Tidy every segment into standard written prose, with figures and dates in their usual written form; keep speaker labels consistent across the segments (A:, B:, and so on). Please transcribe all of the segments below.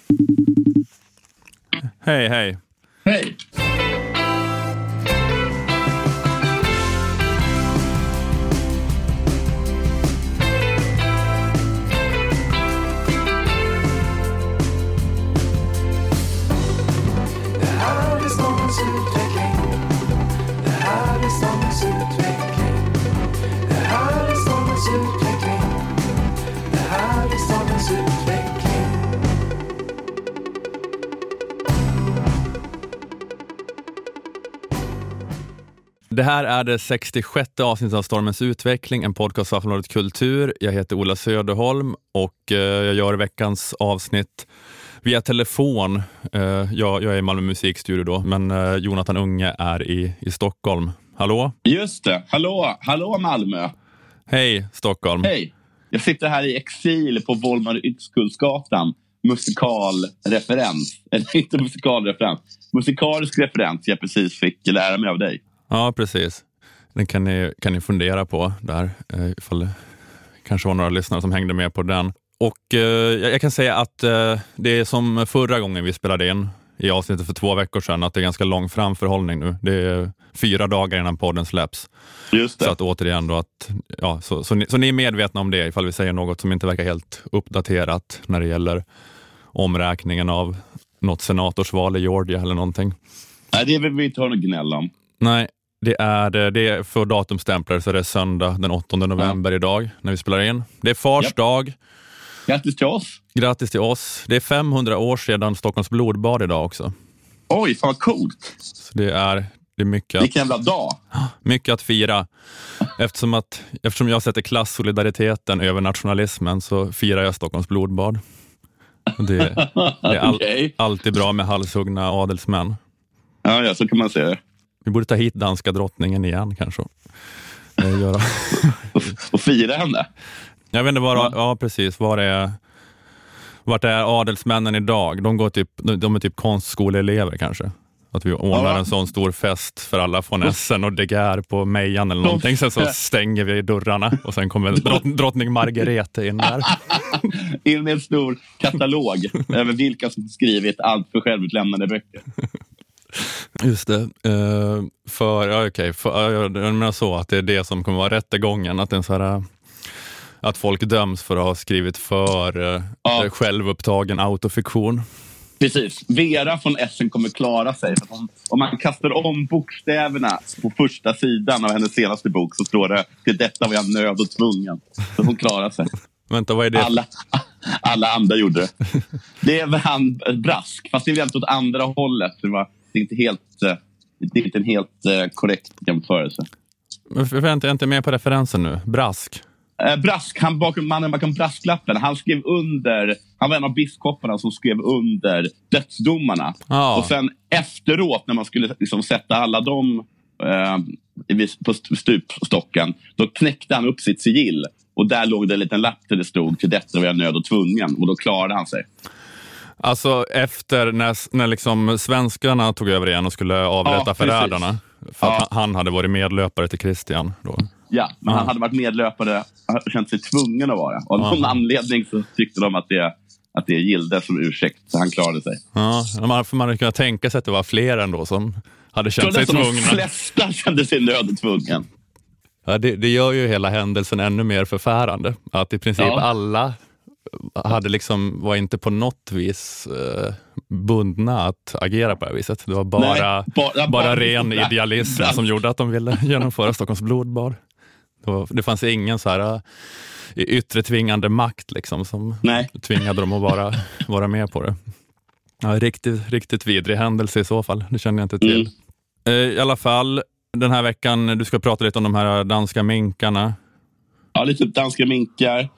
A: Hej, hej.
B: Hej.
A: Det här är det 66:e avsnittet av Stormens utveckling, en podcast av Aftonbladet Kultur. Jag heter Ola Söderholm och jag gör veckans avsnitt via telefon. Jag är i Malmö musikstudio då, men Jonathan Unge är i Stockholm. Hallå?
B: Just det. Hallå Malmö.
A: Hej Stockholm.
B: Hej. Jag sitter här i exil på Volmar Yxkullsgatan. Musikalreferens. Eller inte musikalreferens. Musikalisk referens jag precis fick lära mig av dig.
A: Ja, precis. Den kan ni fundera på där. Ifall det kanske var några lyssnare som hängde med på den. Och jag kan säga att det är som förra gången vi spelade in i avsnittet för 2 veckor sedan, att det är ganska lång framförhållning nu. Det är 4 dagar innan podden släpps.
B: Just det.
A: Så att återigen då att, ja, så ni är medvetna om det ifall vi säger något som inte verkar helt uppdaterat när det gäller omräkningen av något senatorsval i Georgia eller någonting.
B: Nej, det vill vi inte ha något gnäll om.
A: Nej, det är för datumstämplar, så det är söndag den 8 november idag när vi spelar in. Det är Fars dag.
B: Grattis till oss.
A: Grattis till oss. Det är 500 år sedan Stockholms blodbad idag också.
B: Oj, fan vad coolt.
A: Så det är mycket
B: vilken jävla dag.
A: Mycket att fira. Eftersom jag sätter klassolidariteten över nationalismen så firar jag Stockholms blodbad. Det är
B: Okay.
A: alltid bra med halshuggna adelsmän.
B: Ja, så kan man säga det.
A: Vi borde ta hit danska drottningen igen kanske. Göra.
B: och fira henne.
A: Jag vet inte ja precis, vart är adelsmännen idag? De är typ konstskoleelever kanske. Att vi ordnar en sån stor fest för alla från Essen och Deger på Mejan eller någonting. Sen så stänger vi dörrarna och sen kommer drottning Margarete in där.
B: In med en stor katalog över vilka som skrivit allt för självutlämnande böcker.
A: Just det. Jag menar så att det är det som kommer vara rättegången. Att det är så här, att folk döms för att ha skrivit för självupptagen autofiktion.
B: Precis. Vera från Essen kommer klara sig. För om man kastar om bokstäverna på första sidan av hennes senaste bok så står det till detta var jag nöd och tvungen. Så hon klarar sig.
A: Vänta, vad är det?
B: Alla andra gjorde det. Det är väl han Brask. Fast det är väl åt andra hållet. Det är inte en helt korrekt jämförelse.
A: Jag är inte med på referensen nu. Brask.
B: Brask, mannen bakom brasklappen. Han var en av biskoparna som skrev under dödsdomarna. Och sen efteråt när man skulle liksom sätta alla dem på stupstocken, då knäckte han upp sitt sigill. Och där låg det en liten lapp där det stod till detta var jag nöd och tvungen. Och då klarade han sig.
A: Alltså efter när liksom svenskarna tog över igen och skulle avrätta förrädarna. För att han hade varit medlöpare till Kristian då.
B: Ja, men han hade varit medlöpare och känt sig tvungen att vara. Och av någon anledning så tyckte de att det gillde som ursäkt. Så han klarade sig.
A: Ja, man kunde tänka sig att det var fler ändå som hade känt sig tvungna.
B: De flesta kände sig nöd och tvungen.
A: Ja, det gör ju hela händelsen ännu mer förfärande. Att i princip alla var inte på något vis bundna att agera på det här viset. Det var bara ren idealism som gjorde att de ville genomföra Stockholms blodbad. Det fanns ingen så här yttre tvingande makt liksom, som tvingade dem att vara med på det. Ja, riktigt vidrig händelse i så fall. Det känner jag inte till. I alla fall, den här veckan, du ska prata lite om de här danska minkarna. Ja,
B: lite danska minkar.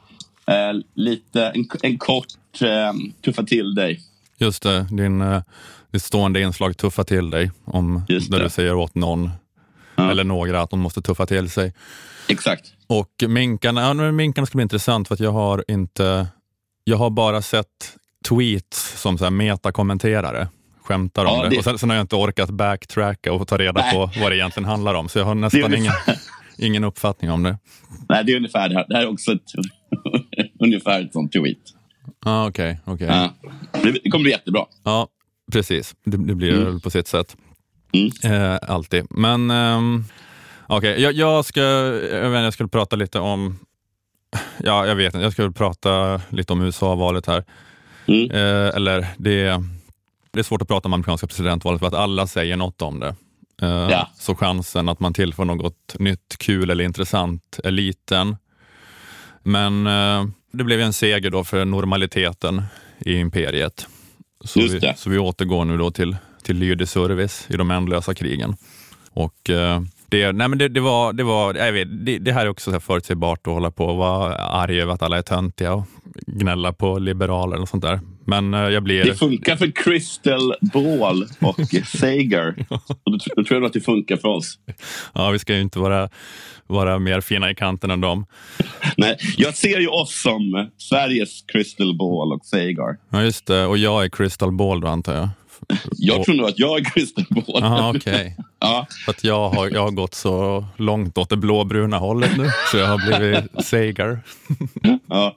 B: En kort tuffa till dig.
A: Just det, ditt stående inslag tuffa till dig. Där du säger åt någon eller några att de måste tuffa till sig.
B: Exakt.
A: Och minkarna ska bli intressant för att jag har bara sett tweets som så här metakommenterare skämtar om det. Och sen har jag inte orkat backtracka och ta reda på vad det egentligen handlar om. Så jag har nästan ingen uppfattning om det.
B: Nej, det är ungefär det här. Det här är också ungefär ett sånt tweet.
A: Okej.
B: Det kommer bli jättebra.
A: Ja, precis. Det blir det på sitt sätt. Alltid. Men okej, jag skulle prata lite om jag vet inte, jag skulle prata lite om USA-valet här. Eller det är svårt att prata om amerikanska presidentvalet för att alla säger något om det. Så chansen att man tillför något nytt, kul eller intressant är liten. Men det blev en seger då för normaliteten i imperiet. Så vi återgår nu då till lydig service i de ändlösa krigen. Och det här är också så här förutsägbart att hålla på och vara arg över att alla är töntiga och gnälla på liberaler och sånt där. Men
B: det funkar för Crystal Ball och Sager. Och då tror jag att det funkar för oss.
A: Ja, vi ska ju inte vara mer fina i kanten än dem.
B: Nej, jag ser ju oss som Sveriges Crystal Ball och Sager.
A: Ja, just det. Och jag är Crystal Ball då, antar jag.
B: Jag tror nog att jag är Crystal Ball.
A: Aha, okej.
B: Ja.
A: För att jag har gått så långt åt det blåbruna hållet nu. Så jag har blivit Sager.
B: Ja.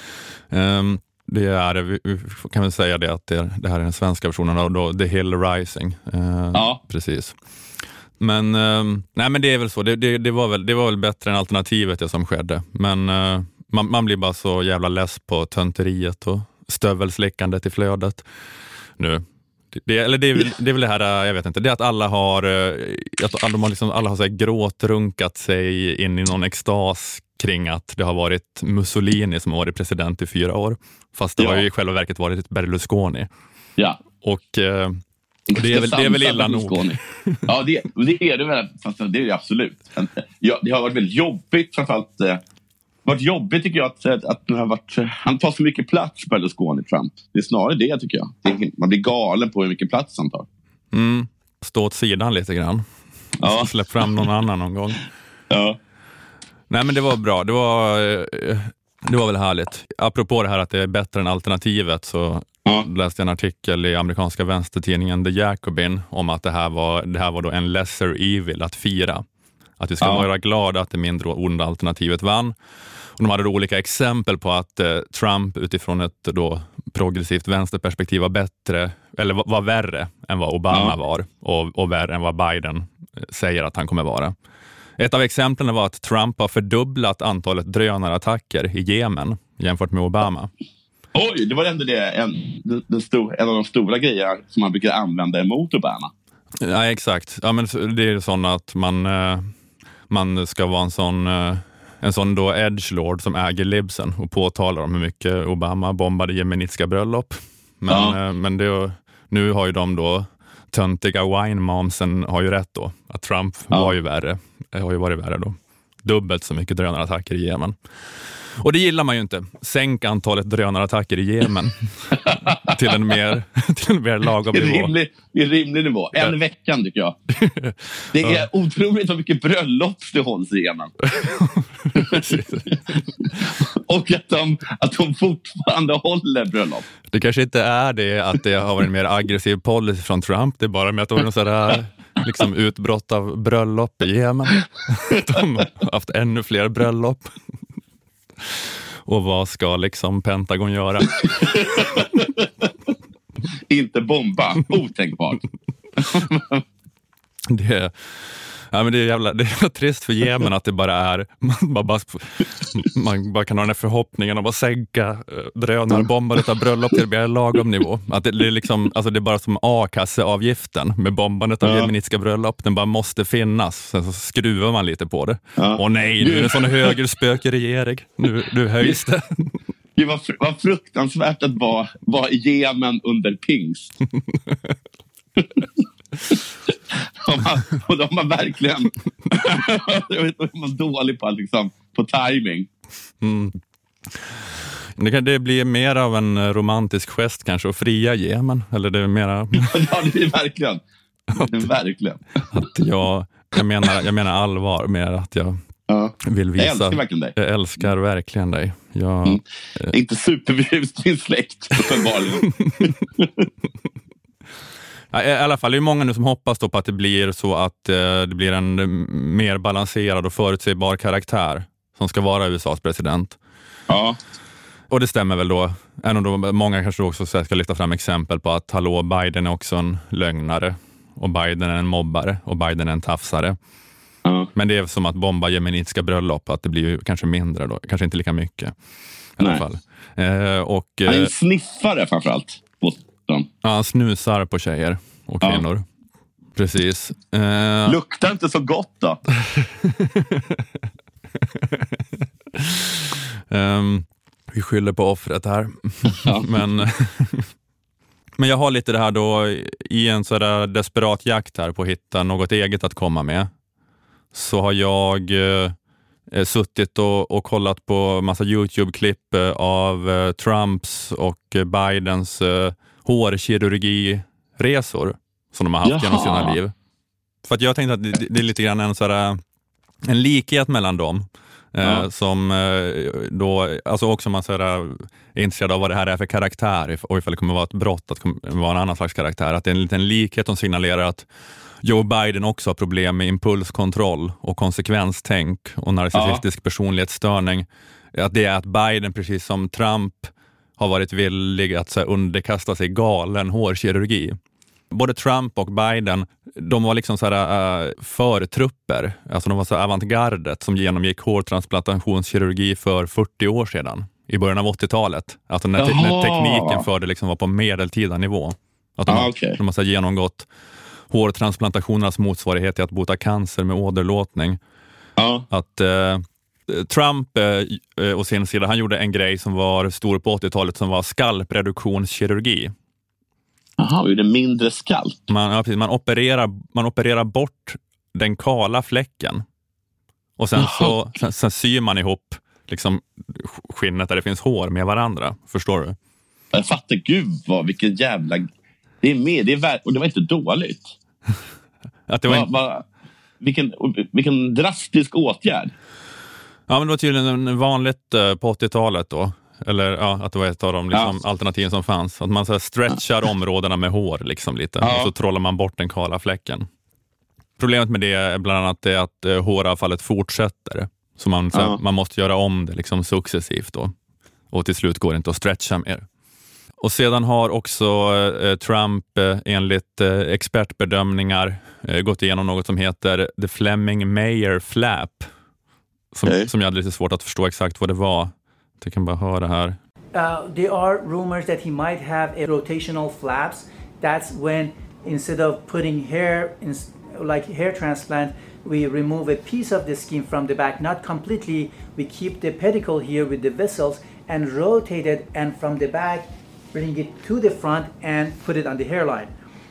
A: Det är, kan vi säga det, att det här är den svenska versionen av då The Hill Rising. Precis. Men men det är väl så. Det var väl bättre än alternativet det som skedde. Men man blir bara så jävla less på tönteriet och stövelslickandet i flödet nu. Det är väl det här, jag vet inte, det är att alla har alla har så här gråtrunkat sig in i någon extas kring att det har varit Mussolini som har varit president i 4 år. Fast det har ju i själva verket varit Berlusconi.
B: Ja.
A: Och det är väl illa nog.
B: Ja, det är det väl. Fast det är det absolut. Ja, det har varit väldigt jobbigt, framförallt. Varit jobbigt tycker jag att han tar så mycket plats, Berlusconi, Trump. Det är snarare det tycker jag. Man blir galen på hur mycket plats han tar.
A: Stå åt sidan lite grann.
B: Ja.
A: Släpp fram någon annan någon gång.
B: Ja.
A: Nej, men det var bra. Det var väl härligt. Apropå det här att det är bättre än alternativet, så läste jag en artikel i amerikanska vänstertidningen The Jacobin om att det här var då en lesser evil att fira. Att vi ska vara glada att det mindre onda alternativet vann. Och de hade då olika exempel på att Trump utifrån ett då progressivt vänsterperspektiv var bättre, eller var värre än vad Obama var. Och värre än vad Biden säger att han kommer vara. Ett av exemplen var att Trump har fördubblat antalet drönarattacker i Jemen jämfört med Obama.
B: Oj, det var ändå en av de stora grejerna som man brukar använda emot Obama.
A: Ja, exakt. Ja, men det är så att man ska vara en sån då edgelord som äger libsen och påtalar om hur mycket Obama bombade jemenitiska bröllop. Men nu har ju de då töntiga wine-momsen har ju rätt då. Att Trump har ju varit värre då. Dubbelt så mycket drönarattacker i Jemen. Och det gillar man ju inte. Sänk antalet drönarattacker i Jemen till en mer lagom nivå.
B: I rimlig nivå. En veckan tycker jag. Det är otroligt så mycket bröllop det hålls i Jemen. Och att de fortfarande håller bröllop.
A: Det kanske inte är det att det har varit en mer aggressiv policy från Trump. Det är bara med att det var någon sådär liksom utbrott av bröllop i Jemen. De har haft ännu fler bröllop. Och vad ska liksom Pentagon göra?
B: Inte bomba. Otänkbart.
A: Det är trist för Jemen att det bara är man bara kan ha den här förhoppningen om att sänka drönarbombandet av bröllop till en lagom nivå. Att det är liksom, alltså det är bara som A-kasseavgiften med bombandet av jemenitiska bröllop. Den bara måste finnas. Sen så skruvar man lite på det. Åh nej, nu är det en sån högerspökeregering. Nu höjs det.
B: Det var fruktansvärt att vara i Jemen under pingst. Och de har verkligen jag vet inte, man är dålig på liksom, på timing.
A: Det blir mer av en romantisk gest kanske att fria Jemen, eller det är mera.
B: Ja, det är verkligen. Verkligen.
A: Att jag menar allvar med att jag vill visa.
B: Jag älskar verkligen dig.
A: Jag älskar verkligen dig.
B: Inte superförtjust din släkt uppenbarligen.
A: I alla fall, det är många nu som hoppas då på att det blir så att det blir en mer balanserad och förutsägbar karaktär som ska vara USAs president.
B: Ja.
A: Och det stämmer väl då. Många kanske också ska lyfta fram exempel på att hallå, Biden är också en lögnare och Biden är en mobbare och Biden är en tafsare. Men det är som att bomba jemenitiska bröllop, att det blir ju kanske mindre då, kanske inte lika mycket i alla fall. Och,
B: han är en sniffare framförallt.
A: Ja, han snusar på tjejer och kvinnor. Ja. Precis.
B: Luktar inte så gott då?
A: Vi skyller på offret här. Ja. Men jag har lite det här då i en sådär desperat jakt här på att hitta något eget att komma med. Så har jag suttit och kollat på massa YouTube-klipp av Trumps och Bidens hårkirurgiresor som de har haft genom sina liv. För att jag tänkte att det är lite grann en likhet mellan dem. Som då, alltså också man är intresserad av vad det här är för karaktär och ifall det kommer vara ett brott, att det kommer vara en annan slags karaktär. Att det är en liten likhet som signalerar att Joe Biden också har problem med impulskontroll och konsekvenstänk och narcissistisk personlighetsstörning. Att det är att Biden, precis som Trump, har varit villig att underkasta sig galen hårkirurgi. Både Trump och Biden, de var liksom förtrupper. Alltså de var avantgardet som genomgick hårtransplantationskirurgi för 40 år sedan. I början av 80-talet. Alltså när tekniken för det liksom var på medeltida nivå. Att de har genomgått hårtransplantationernas motsvarighet till att bota cancer med åderlåtning. Att Trump å sin sida, han gjorde en grej som var stor på 80-talet som var skalpreduktionskirurgi.
B: Jaha, är det mindre skalp?
A: Man opererar bort den kala fläcken. Och sen syr man ihop liksom skinnet där det finns hår med varandra. Förstår du?
B: Jag fattar, gud vilken jävla... Det är med, och det var inte dåligt.
A: Att det var
B: vilken drastisk åtgärd.
A: Ja, men det var tydligen vanligt på 80-talet då. Eller att det var ett av de alternativen som fanns. Att man stretchar områdena med hår liksom lite. Och så trollar man bort den kala fläcken. Problemet med det är bland annat det att håravfallet fortsätter. Så man måste göra om det liksom successivt då. Och till slut går det inte att stretcha mer. Och sedan har också Trump enligt expertbedömningar gått igenom något som heter The Fleming-Mayer Flap. Som jag hade lite svårt att förstå exakt vad det var. Jag kan bara höra här.
C: There are rumors that he might have a rotational flaps. That's when instead of putting hair like hair transplant, we remove a piece of the skin from the back, not completely. We keep the pedicle here with the vessels and rotate it, and from the back bring it to the front and put it on the hairline.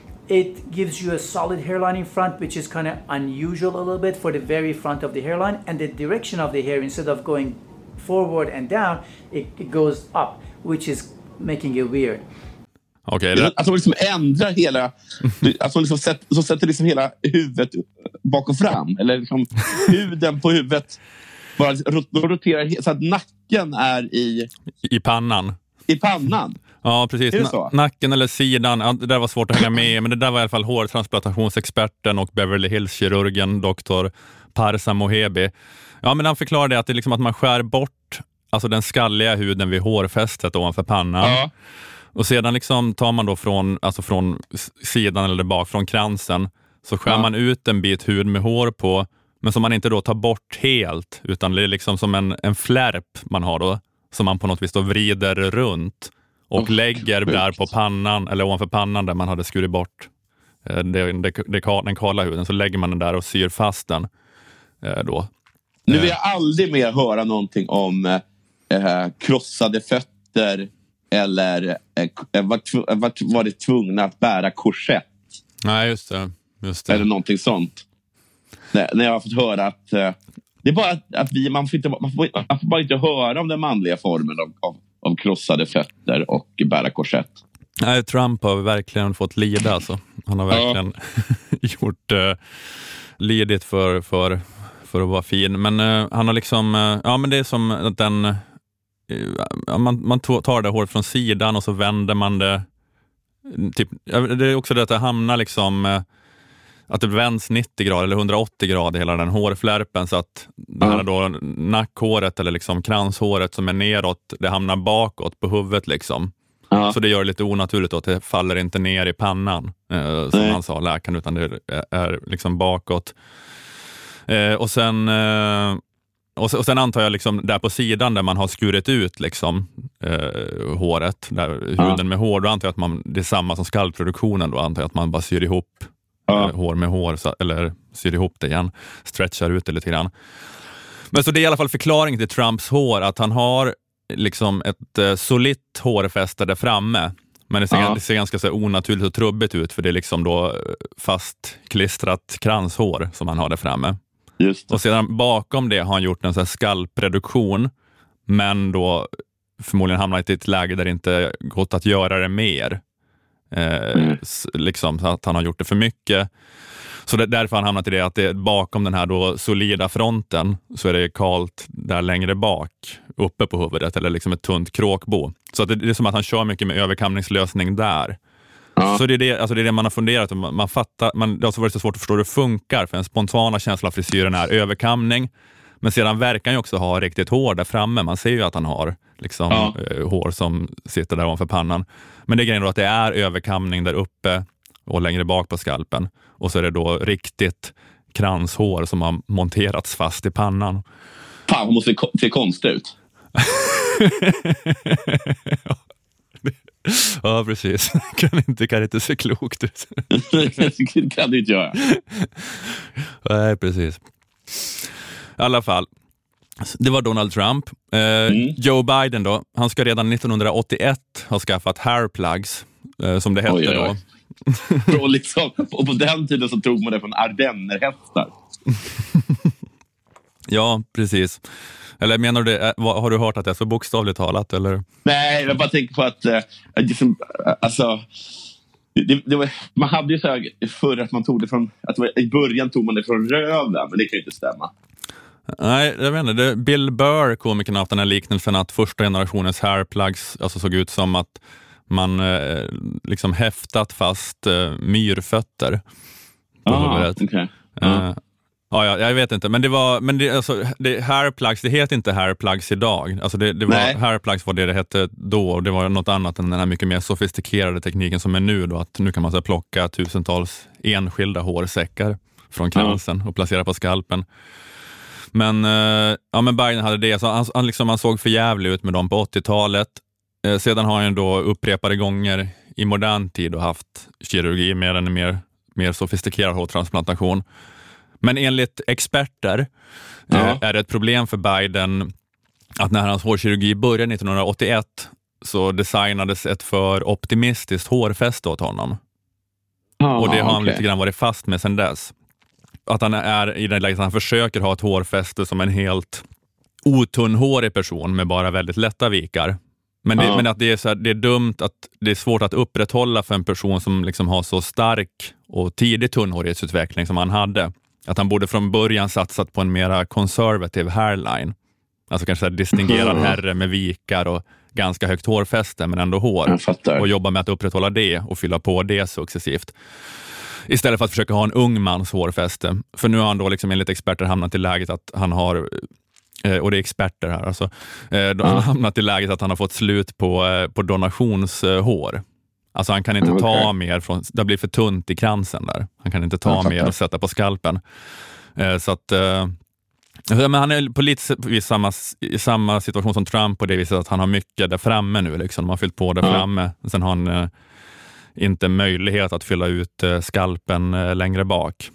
C: It gives you a solid hairline in front, which is kind of unusual a little bit for the very front of the hairline, and the direction of the hair, instead of going forward and down, it goes up, which is making it weird.
B: Okay, att de liksom ändrar hela... Att de liksom sätter liksom hela huvudet bak och fram. Eller liksom huden på huvudet bara roterar så att nacken är
A: i pannan.
B: I pannan?
A: Ja, precis. Nacken eller sidan. Ja, det där var svårt att hänga med. Men det där var i alla fall hårtransplantationsexperten och Beverly Hills-kirurgen Dr. Parsa Mohebi. Ja, men han förklarade att det är liksom att man skär bort alltså den skalliga huden vid hårfästet ovanför pannan. Ja. Och sedan liksom tar man då från sidan eller bak, från kransen, så skär man ut en bit hud med hår på, men som man inte då tar bort helt, utan det är liksom som en flärp man har då, som man på något vis då vrider runt och lägger där på pannan, eller ovanför pannan där man hade skurit bort den kala huden, så lägger man den där och syr fast den då.
B: Nu vill jag aldrig mer höra någonting om krossade fötter eller varit tvungna att bära korsett.
A: Nej, just det.
B: Eller någonting sånt. När jag har fått höra att det är bara att man får bara inte höra om den manliga formen av krossade fötter och bära korsett.
A: Nej, Trump har verkligen fått lida alltså. Han har verkligen gjort lidit för att vara fin. Men han har liksom, men det är som att den, man tar det håret från sidan och så vänder man det typ, det är också det att det hamnar liksom att det vänds 90 grader eller 180 grader hela den hårflärpen, så att det här då nackhåret eller liksom kranshåret som är neråt, det hamnar bakåt på huvudet liksom. Så det gör det lite onaturligt då, att det faller inte ner i pannan som han sa, läkaren, utan det är liksom bakåt. Och sen antar jag liksom där på sidan där man har skurit ut liksom håret, där huden med hår, då antar jag att det är samma som skallproduktionen, då antar jag att man bara syr ihop hår med hår, eller syr ihop det igen, stretchar ut det lite grann. Men så det är i alla fall förklaring till Trumps hår, att han har liksom ett solitt hårfäste där framme, men det ser ganska så onaturligt och trubbigt ut, för det är liksom då fastklistrat kranshår som han har där framme.
B: Just det.
A: Och sedan bakom det har han gjort en så här skallpreduktion, men då förmodligen hamnat i ett läge där det inte gått att göra det mer. Liksom, så att han har gjort det för mycket. Så därför har han hamnat i det, att det bakom den här då solida fronten så är det kalt där längre bak, uppe på huvudet, eller liksom ett tunt kråkbo. Så att det är som att han kör mycket med överkamningslösning där. Så det är det man har funderat. Man fattar, det har så varit så svårt att förstå hur det funkar, för en spontana känsla av frisyren är överkamning. Men sedan verkar han ju också ha riktigt hår där framme. Man ser ju att han har liksom hår som sitter där ovanför pannan. Men det är grejen då att det är överkamning där uppe och längre bak på skalpen. Och så är det då riktigt kranshår som har monterats fast i pannan.
B: Fan, det måste se konstigt ut.
A: Ja, precis. Kan inte se klokt ut.
B: Det kan du inte göra.
A: Nej, precis. I alla fall, det var Donald Trump. Joe Biden då, han ska redan 1981 ha skaffat hair plugs, som det hette då.
B: Och på den tiden så tog man det från ardennerhästar.
A: Ja, precis. Eller menar du det, har du hört att det är så bokstavligt talat? Eller?
B: Nej, jag bara tänker på att alltså, man hade ju så här förr att man tog det från, i början tog man det från röven, men det kan ju inte stämma.
A: Nej, jag vet inte. Bill Burr, komikern, har haft den här liknelsen att första generationens hairplugs alltså såg ut som att man liksom häftat fast myrfötter på huvudet.
B: Okay.
A: Ja, jag vet inte, men det hairplugs, det heter inte hairplugs idag. Alltså det var, hairplugs var det hette då, och det var något annat än den här mycket mer sofistikerade tekniken som är nu då, att nu kan man så plocka tusentals enskilda hårsäckar från kransen och placera på skalpen. Men Biden hade det, så han såg för jävligt ut med dem på 80-talet. Sedan har han då upprepade gånger i modern tid och haft kirurgi med en mer sofistikerad hårtransplantation. Men enligt experter är det ett problem för Biden att när hans hårkirurgi började 1981 så designades ett för optimistiskt hårfäste åt honom. Och det har han lite grann varit fast med sedan dess. Att han är i det läget att han försöker ha ett hårfäste som en helt otunnhårig person med bara väldigt lätta vikar. Men att det är dumt, att det är svårt att upprätthålla för en person som liksom har så stark och tidig tunnhårighetsutveckling som han hade. Att han borde från början satsat på en mera conservative hairline. Alltså kanske en distingerad herre med vikar och ganska högt hårfäste, men ändå hår. Och jobba med att upprätthålla det och fylla på det successivt. Istället för att försöka ha en ung mans hårfäste. För nu har han då liksom enligt experter hamnat i läget att han har, och det är experter här alltså, de har hamnat i läget att han har fått slut på donationshår. Alltså han kan inte ta mer från, det blir för tunt i kransen där. Han kan inte ta mer och sätta på skalpen. Så att men han är på lite i samma situation som Trump på det viset att han har mycket där framme nu liksom. De har fyllt på där framme. Sen har han inte möjlighet att fylla ut skalpen längre bak.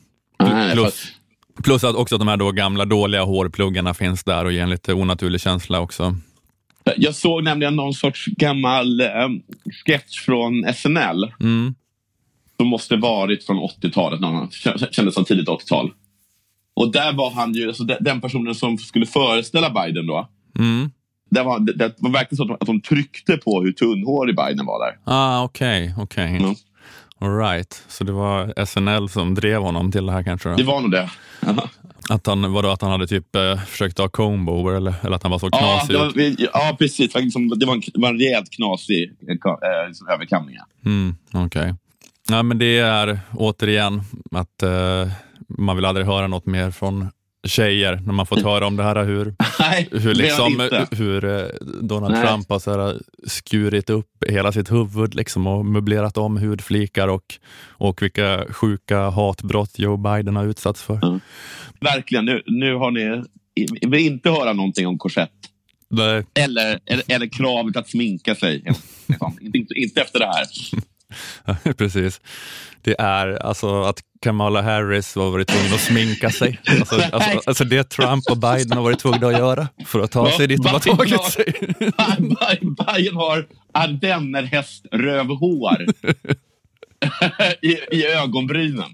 A: Plus att också de här då gamla dåliga hårpluggarna finns där och ger en lite onaturlig känsla också.
B: Jag såg nämligen någon sorts gammal sketch från SNL. Som måste varit från 80-talet. Kändes som tidigt 80-tal. Och där var han ju, alltså den personen som skulle föreställa Biden då. Det var verkligen så att de tryckte på hur tunnhårig Biden var där.
A: Okej. All right. Så det var SNL som drev honom till det här kanske då?
B: Det var nog det.
A: Att han hade typ försökt ha comb over eller att han var så knasig.
B: Ja, precis. Det var en rejält knasig överkamning.
A: Okej. Ja, men det är återigen att man vill aldrig höra något mer från tjejer när man fått höra om det här hur Donald Trump har så här skurit upp hela sitt huvud liksom, och möblerat om hudflikar och vilka sjuka hatbrott Joe Biden har utsatts för.
B: Mm. Verkligen, nu har ni vill inte höra någonting om korsett.
A: Nej.
B: Eller kravet att sminka sig. inte efter det här.
A: Precis. Det är alltså att Kamala Harris var varit tvungen att sminka sig. Alltså det Trump och Biden har varit tvungna att göra för att ta sig dit de har tagit sig.
B: Biden har ardennerhäströvhår i ögonbrynen.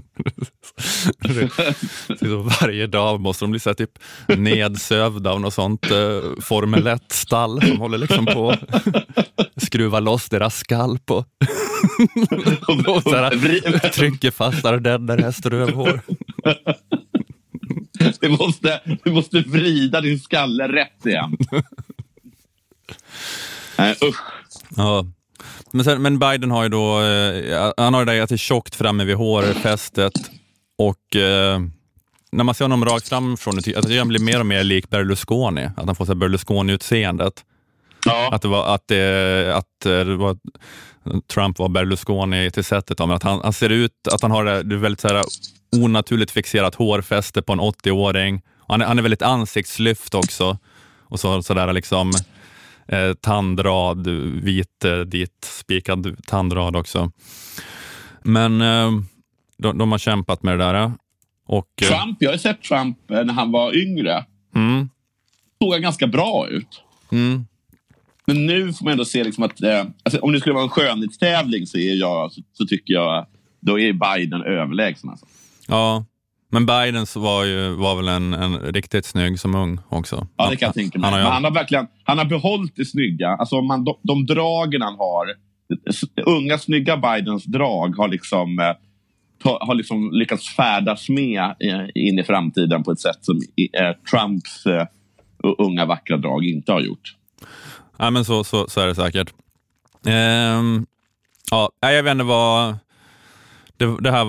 B: Så varje dag måste de bli så här, typ nedsövda av något sånt Formel 1-stall som håller liksom på skruva loss deras skalp och så här, trycker fast där häströvhår. Du måste vrida din skalle rätt igen. Usch.
A: Ja. Men Biden har ju då han har det där tjockt framme vid hårfästet och när man ser honom rakt framifrån att han blir mer och mer lik Berlusconi, att han får så här Berlusconi-utseendet. Ja. Att det var Trump var Berlusconi till sättet, men att han ser ut att han har det väldigt så här onaturligt fixerat hårfäste på en 80-åring. Han är väldigt ansiktslyft också och så där liksom tandrad, dit spikad tandrad också. Men de har kämpat med det där. Och
B: Trump, jag har sett Trump när han var yngre. Såg han ganska bra ut. Men nu får man ändå se liksom att alltså, om det skulle vara en skönhetstävling så tycker jag då är Biden överlägsen alltså.
A: Ja, men Biden var väl en riktigt snygg som ung också.
B: Ja, det kan jag tänka mig. Han har behållit det snygga. Alltså de dragen han har, unga snygga Bidens drag har liksom lyckats färdas med in i framtiden på ett sätt som Trumps unga vackra drag inte har gjort.
A: Ja, men så är det säkert. Ja, jag vet inte vad det här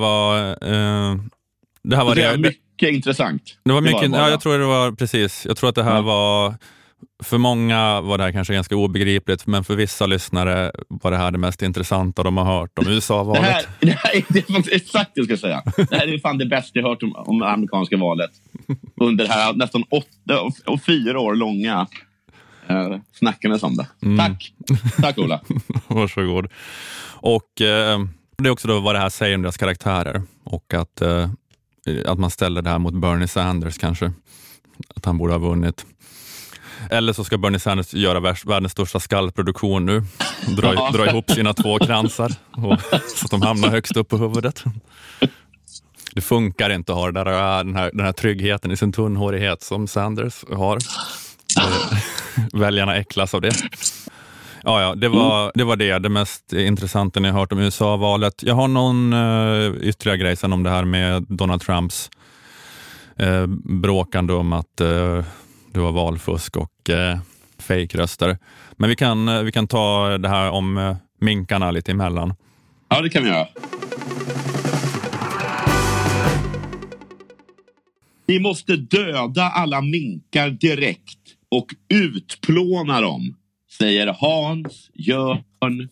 A: var
B: det mycket intressant.
A: Det var mycket, jag tror det var precis. Jag tror att det här var, för många var det här kanske ganska obegripligt, men för vissa lyssnare var det här det mest intressanta de har hört om USA-valet.
B: Det är faktiskt exakt det jag ska säga. Det här är fan det bästa jag hört om det amerikanska valet under det här nästan 4 år långa snackandes om det. Tack Ola.
A: Varsågod. Och det är också då vad det här säger om deras karaktärer och att man ställer det här mot Bernie Sanders kanske, att han borde ha vunnit. Eller så ska Bernie Sanders göra världens största skallproduktion nu, dra ihop sina 2 kransar så att de hamnar högst upp på huvudet. Det funkar inte att ha den här tryggheten i sin tunnhårighet som Sanders har. Väljarna äcklas av det. Ja, det var det mest intressanta ni har hört om USA-valet. Jag har någon ytterligare grej sen om det här med Donald Trumps bråkande om att det var valfusk och fejkröster. Men vi kan ta det här om minkarna lite emellan.
B: Ja, det kan vi göra. Vi måste döda alla minkar direkt och utplåna dem, säger Hans-Jörn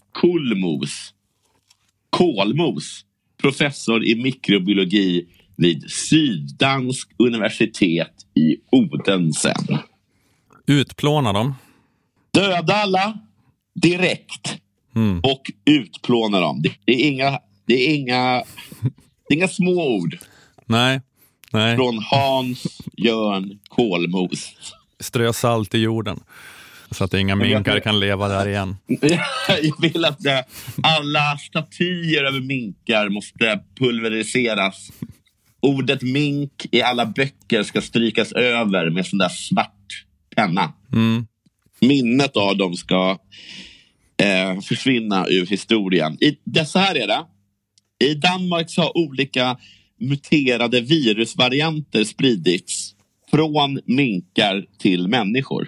B: Kolmos, professor i mikrobiologi vid Syddansk universitet i Odense.
A: Utplåna dem?
B: Döda alla direkt och utplåna dem. Det är inga små ord.
A: Nej.
B: Från Hans-Jörn Kolmos.
A: Strö salt i jorden så att inga minkar kan leva där igen.
B: Jag vill att alla statyer över minkar måste pulveriseras. Ordet mink i alla böcker ska strykas över med sån där svart penna. Minnet av dem ska försvinna ur historien. Så här är det. I Danmark så har olika muterade virusvarianter spridits från minkar till människor.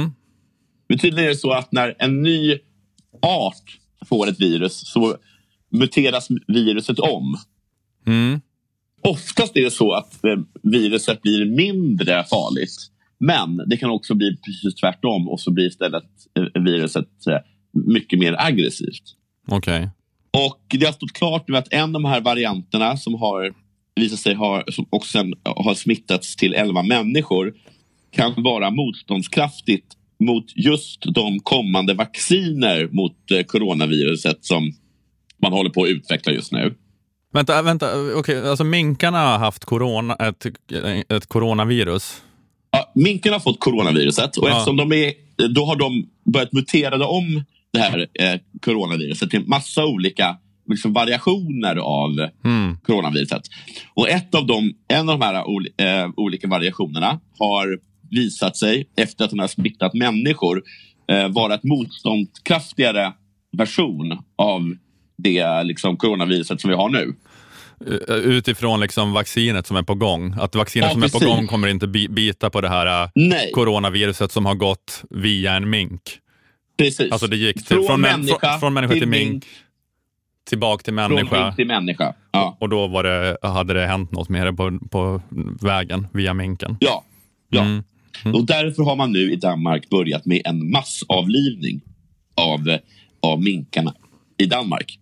B: Betyder det så att när en ny art får ett virus så muteras viruset om. Oftast är det så att viruset blir mindre farligt. Men det kan också bli precis tvärtom och så blir istället viruset mycket mer aggressivt.
A: Okej.
B: Och det har stått klart nu att en av de här varianterna som har visat sig som också har smittats till 11 människor kan vara motståndskraftigt mot just de kommande vacciner mot coronaviruset som man håller på att utveckla just nu.
A: Vänta. Okej, alltså minkarna har haft ett coronavirus.
B: Ja, minkarna har fått coronaviruset och eftersom då har de börjat mutera om det här coronaviruset till massa olika liksom, variationer av coronaviruset. Och en av de här olika variationerna har visat sig efter att den har smittat människor vara ett motståndskraftigare version av det liksom, coronaviruset som vi har nu.
A: Utifrån liksom vaccinet som är på gång. Att vaccinet som är på gång kommer inte bita på det här coronaviruset som har gått via en mink.
B: Precis.
A: Alltså det gick från människa till mink tillbaka till människa.
B: Från mink till människa. Ja.
A: Och då hade det hänt något med det på vägen via minken.
B: Ja. Och därför har man nu i Danmark börjat med en massavlivning av minkarna i Danmark.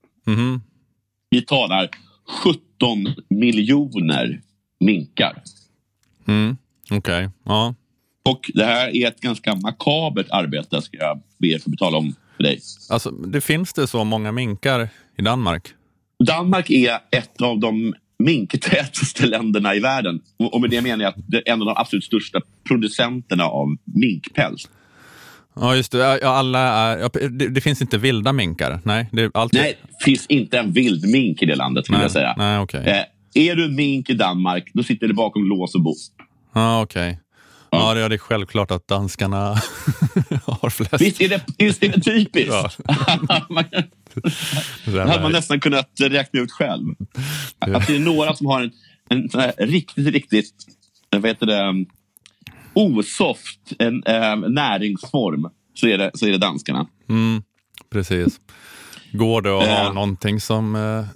B: Vi talar 17 miljoner minkar.
A: Okej. Ja.
B: Och det här är ett ganska makabert arbete, ska jag be för betala om för dig.
A: Alltså, finns det så många minkar i Danmark?
B: Danmark är ett av de minktätaste länderna i världen. Och med det menar jag att det är en av de absolut största producenterna av minkpäls.
A: Ja, just det. Det finns inte vilda minkar. Nej, det
B: finns inte en vild mink i det landet, skulle jag säga.
A: Nej, okay.
B: Är du en mink i Danmark, då sitter det bakom lås och bom.
A: Ja, okej. Ja, det är självklart att danskarna har flest.
B: Visst är det typiskt? Ja. Det hade man nästan kunnat räkna ut själv. Att det är några som har en sån här riktigt osoft näringsform, så är det danskarna.
A: Precis. Går det att ha någonting som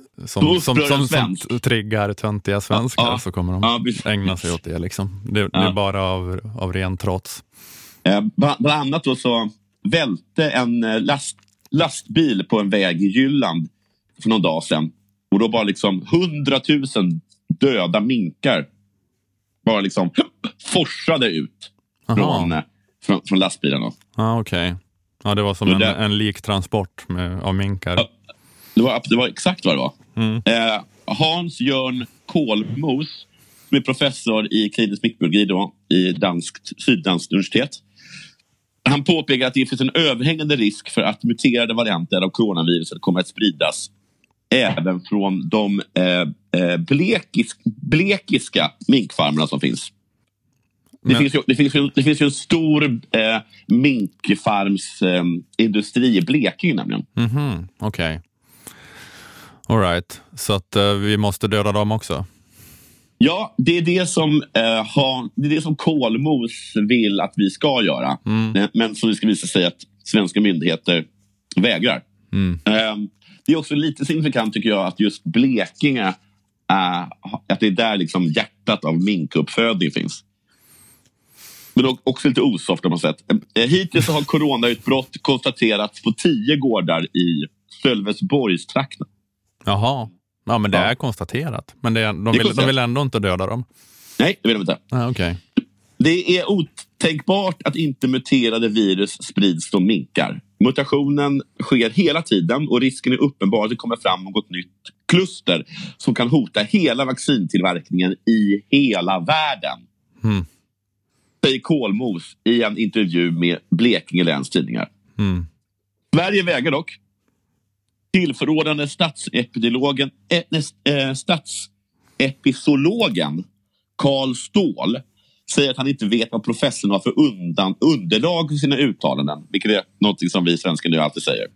A: triggar töntiga svenskar, så kommer de ägna sig åt det liksom. Det är bara av ren trots.
B: Bland annat då så välte en lastbil på en väg i Jylland för någon dag sedan. Och då bara liksom 100 000 döda minkar bara liksom forsade ut från lastbilen.
A: Okej. Ja, det var som en liktransport av minkar.
B: Ja, det var exakt vad det var. Hans-Jørn Kolmos, som är professor i klinisk mikrobiologi då, i Syddanskt universitet. Han påpekar att det finns en överhängande risk för att muterade varianter av coronaviruset kommer att spridas även från de blekiska minkfarmerna som finns. Det finns ju en stor minkfarmsindustri i Blekinge nämligen.
A: Okej. All right. Så att vi måste döda dem också?
B: Ja, det är det som Kolmos vill att vi ska göra. Men som det ska visa sig att svenska myndigheter vägrar. Det är också lite signifikant, tycker jag, att just Blekinge att det är där liksom hjärtat av minkuppfödning finns. Men också lite osoft, om man sett. Hittills har coronautbrott konstaterats på 10 gårdar i Sölvesborgstrakten.
A: Jaha. Ja, men det är konstaterat. Men de vill ändå inte döda dem.
B: Nej, det vill de inte.
A: Okay.
B: Det är otänkbart att inte muterade virus sprids från minkar. Mutationen sker hela tiden och risken är uppenbar att det kommer fram något nytt kluster som kan hota hela vaccintillverkningen i hela världen. Säger Kolmos i en intervju med Blekinge läns tidningar. Sverige väger dock. Tillförordnande statsepisologen Carl Ståhl säger att han inte vet vad professorn har för underlag för sina uttalanden, vilket är något som vi svenskar nu alltid säger.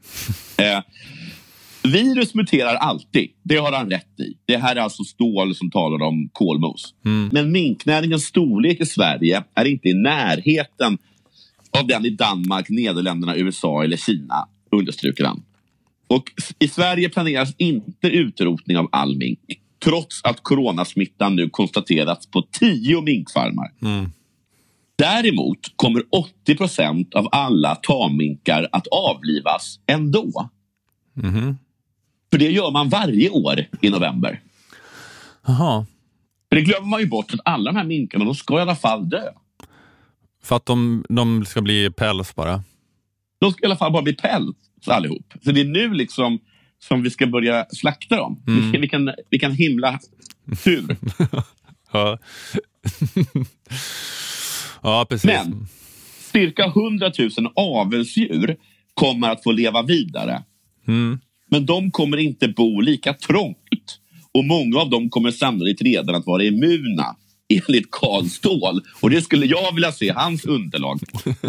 B: Virus muterar alltid, det har han rätt i. Det här är alltså Ståhl som talar om Kolmos. Men minknäringens storlek i Sverige är inte i närheten av den i Danmark, Nederländerna, USA eller Kina, understryker han. Och i Sverige planeras inte utrotning av all mink, trots att coronasmittan nu konstaterats på 10 minkfarmar. Däremot kommer 80% av alla tamminkar att avlivas ändå. För det gör man varje år i november.
A: Jaha.
B: För det glömmer man ju bort, att alla de här minkarna, de ska i alla fall dö.
A: För att de ska bli päls bara?
B: De ska i alla fall bara bli päls allihop. Så det är nu liksom som vi ska börja slakta dem. Vi kan himla tur.
A: Ja. Ja, precis.
B: Men cirka 100 000 avelsdjur kommer att få leva vidare. Men de kommer inte bo lika trångt. Och många av dem kommer sannolikt redan att vara immuna, enligt Karl Ståhl. Och det skulle jag vilja se hans underlag.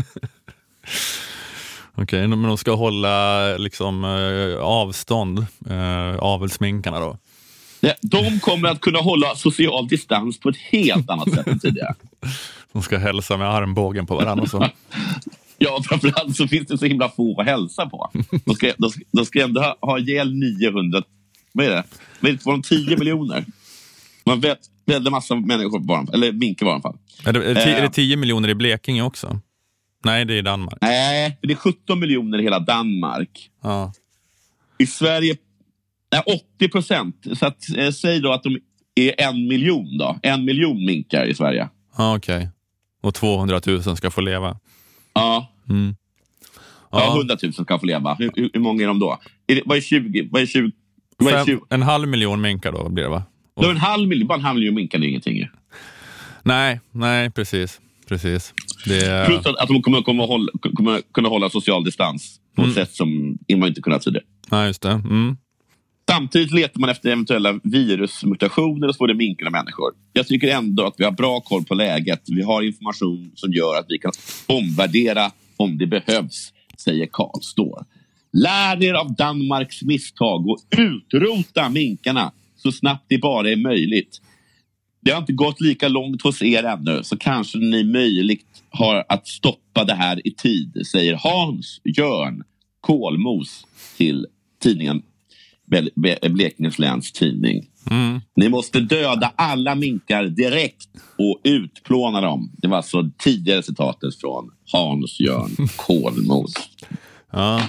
A: Okej, men de ska hålla liksom avstånd, avelsminkarna då?
B: Ja, de kommer att kunna hålla social distans på ett helt annat sätt än tidigare.
A: De ska hälsa med armbågen på varandra och så.
B: Ja, framförallt så finns det så himla få att hälsa på. De ska ändå ha ihjäl 900... Vad är det? Var de 10 miljoner? Man väldigt massa människor bara, eller minkar var i alla fall.
A: Är det 10 miljoner i Blekinge också? Nej, det är i Danmark.
B: Nej, det är 17 miljoner i hela Danmark.
A: Ja.
B: I Sverige 80%. Så att, säg då att de är 1 miljon då. 1 miljon minkar i Sverige.
A: Ja, okej. Och 200 000 ska få leva.
B: Ja. Ja, 100 000 ska få leva. Hur många är de då? Vad är 20? Vad är 20?
A: En halv miljon minkar då blir det, va?
B: Och... Bara en halv miljon minkar är ingenting.
A: Nej, precis. Det...
B: Plus att de kommer kunna hålla social distans på ett sätt som man inte kunnat tidigare.
A: Ja, just det.
B: Samtidigt letar man efter eventuella virusmutationer hos både minkar och människor. Jag tycker ändå att vi har bra koll på läget. Vi har information som gör att vi kan omvärdera om det behövs, säger Karl Ståhl. Lär er av Danmarks misstag och utrota minkarna så snabbt det bara är möjligt. Det har inte gått lika långt hos er ännu, så kanske ni möjligt har att stoppa det här i tid, säger Hans Jörn Kolmos till tidningen Blekinges läns tidning. Ni måste döda alla minkar direkt och utplåna dem. Det var alltså tidigare citatet från Hans Jörn Kolmos.
A: Ja.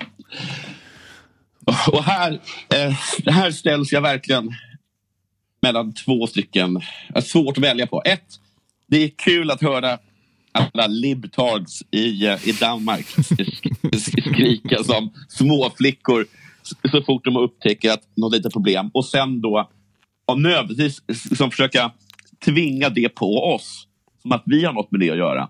B: Och här ställs jag verkligen mellan två stycken. Svårt att välja på. Det är kul att höra alla libtards i Danmark skrika som små flickor så fort de upptäcker att något litet problem. Och sen då nödvändigtvis liksom försöka tvinga det på oss. Som att vi har något med det att göra.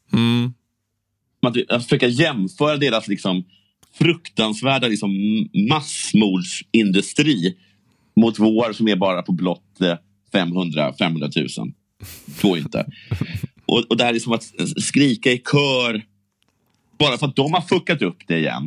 B: Att försöka jämföra deras liksom fruktansvärda liksom massmordsindustri mot vår som är bara på blott 500 000. Tror inte. Och det här är som att skrika i kör bara för att de har fuckat upp det igen.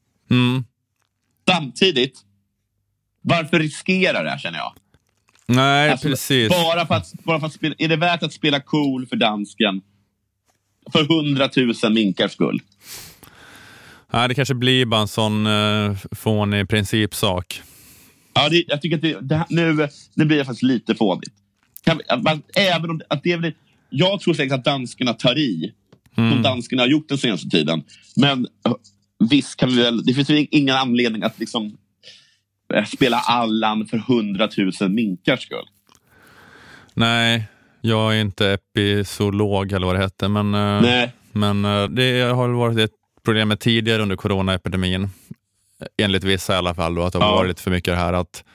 B: Samtidigt, varför riskera det här, känner jag?
A: Nej, alltså, precis.
B: Bara för att spela, är det värt att spela cool för dansken för 100 000 minkars skull?
A: Nej, det kanske blir bara en sån fånig principsak.
B: Ja, jag tycker att nu blir det faktiskt lite fånigt. Även om att det är väl, jag tror säkert att danskarna tar i som danskarna har gjort den senaste tiden. Men visst kan vi väl, det finns ingen anledning att liksom spela Allan för 100 000 minkars skull.
A: Nej, jag är inte epizoolog eller vad det heter, men det har varit ett problem med tidigare under coronaepidemin, enligt vissa i alla fall då, att det har varit lite för mycket det här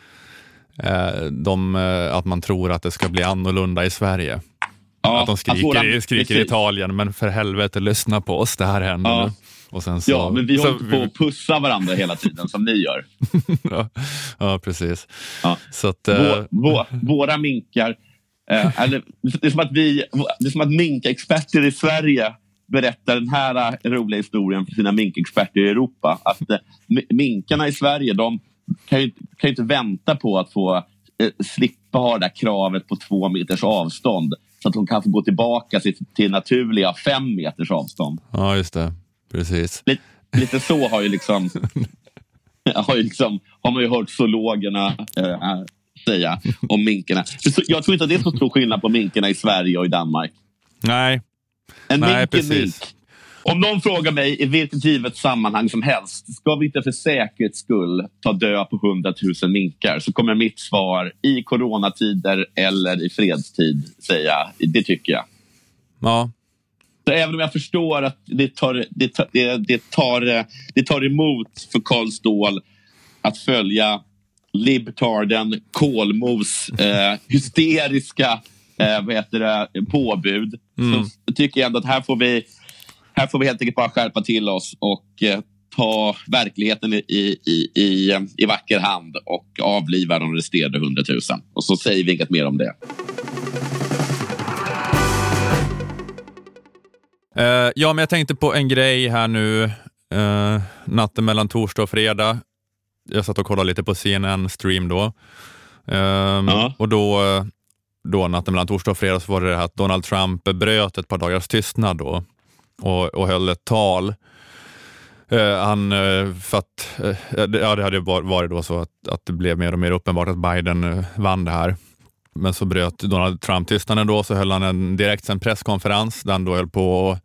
A: att man tror att det ska bli annorlunda i Sverige. Ja, att de skriker i Italien, men för helvete, lyssna på oss, det här händer nu. Och sen så,
B: men vi håller på att pussa varandra hela tiden som ni gör.
A: ja, precis.
B: Ja.
A: Så att,
B: våra minkar, det är som att minkexperter i Sverige berättar den här roliga historien för sina minkexperter i Europa. Att minkarna i Sverige, de kan ju inte vänta på att få slippa ha det kravet på 2 meters avstånd, så att de kan få gå tillbaka till naturliga 5 meters avstånd.
A: Ja, just det. Precis.
B: Lite så har ju liksom har man ju hört zoologerna säga om minkarna. Jag tror inte att det är så stor skillnad på minkarna i Sverige och i Danmark.
A: Nej.
B: Mink. Om någon frågar mig i vilket givet sammanhang som helst, ska vi inte för säkerhets skull ta död på 100 000 minkar, så kommer mitt svar i coronatider eller i fredstid säga, det tycker jag.
A: Ja.
B: Så även om jag förstår att det tar emot för Karl Ståhl att följa libtarden Kolmos hysteriska påbud, så tycker jag ändå att här får vi helt enkelt bara skärpa till oss och ta verkligheten i vacker hand och avliva de resterande 100 000. Och så säger vi inget mer om det.
A: Ja, men jag tänkte på en grej här nu natten mellan torsdag och fredag. Jag satt och kollade lite på CNN-stream då. Och då natten mellan torsdag och fredag så var det här att Donald Trump bröt ett par dagars tystnad då och höll ett tal. Det hade varit då så att det blev mer och mer uppenbart att Biden vann det här. Men så bröt Donald Trump tystnaden då, så höll han en direktsänd presskonferens där han då höll på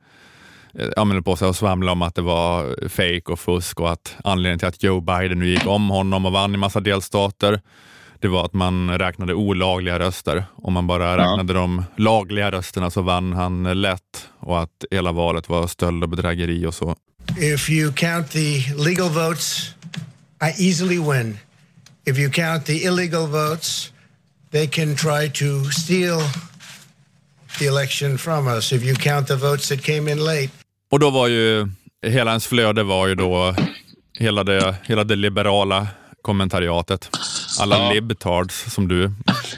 A: att svamla om att det var fake och fusk och att anledningen till att Joe Biden nu gick om honom och vann i massa delstater, det var att man räknade olagliga röster. Om man bara räknade de lagliga rösterna så vann han lätt, och att hela valet var stöld och bedrägeri och så.
D: If you count the legal votes, I easily win. If you count the illegal votes, they can try to steal the election from us. If you count the votes that came in late.
A: Och då var ju hela ens flöde var ju då hela det liberala kommentariatet. Alla libtards som du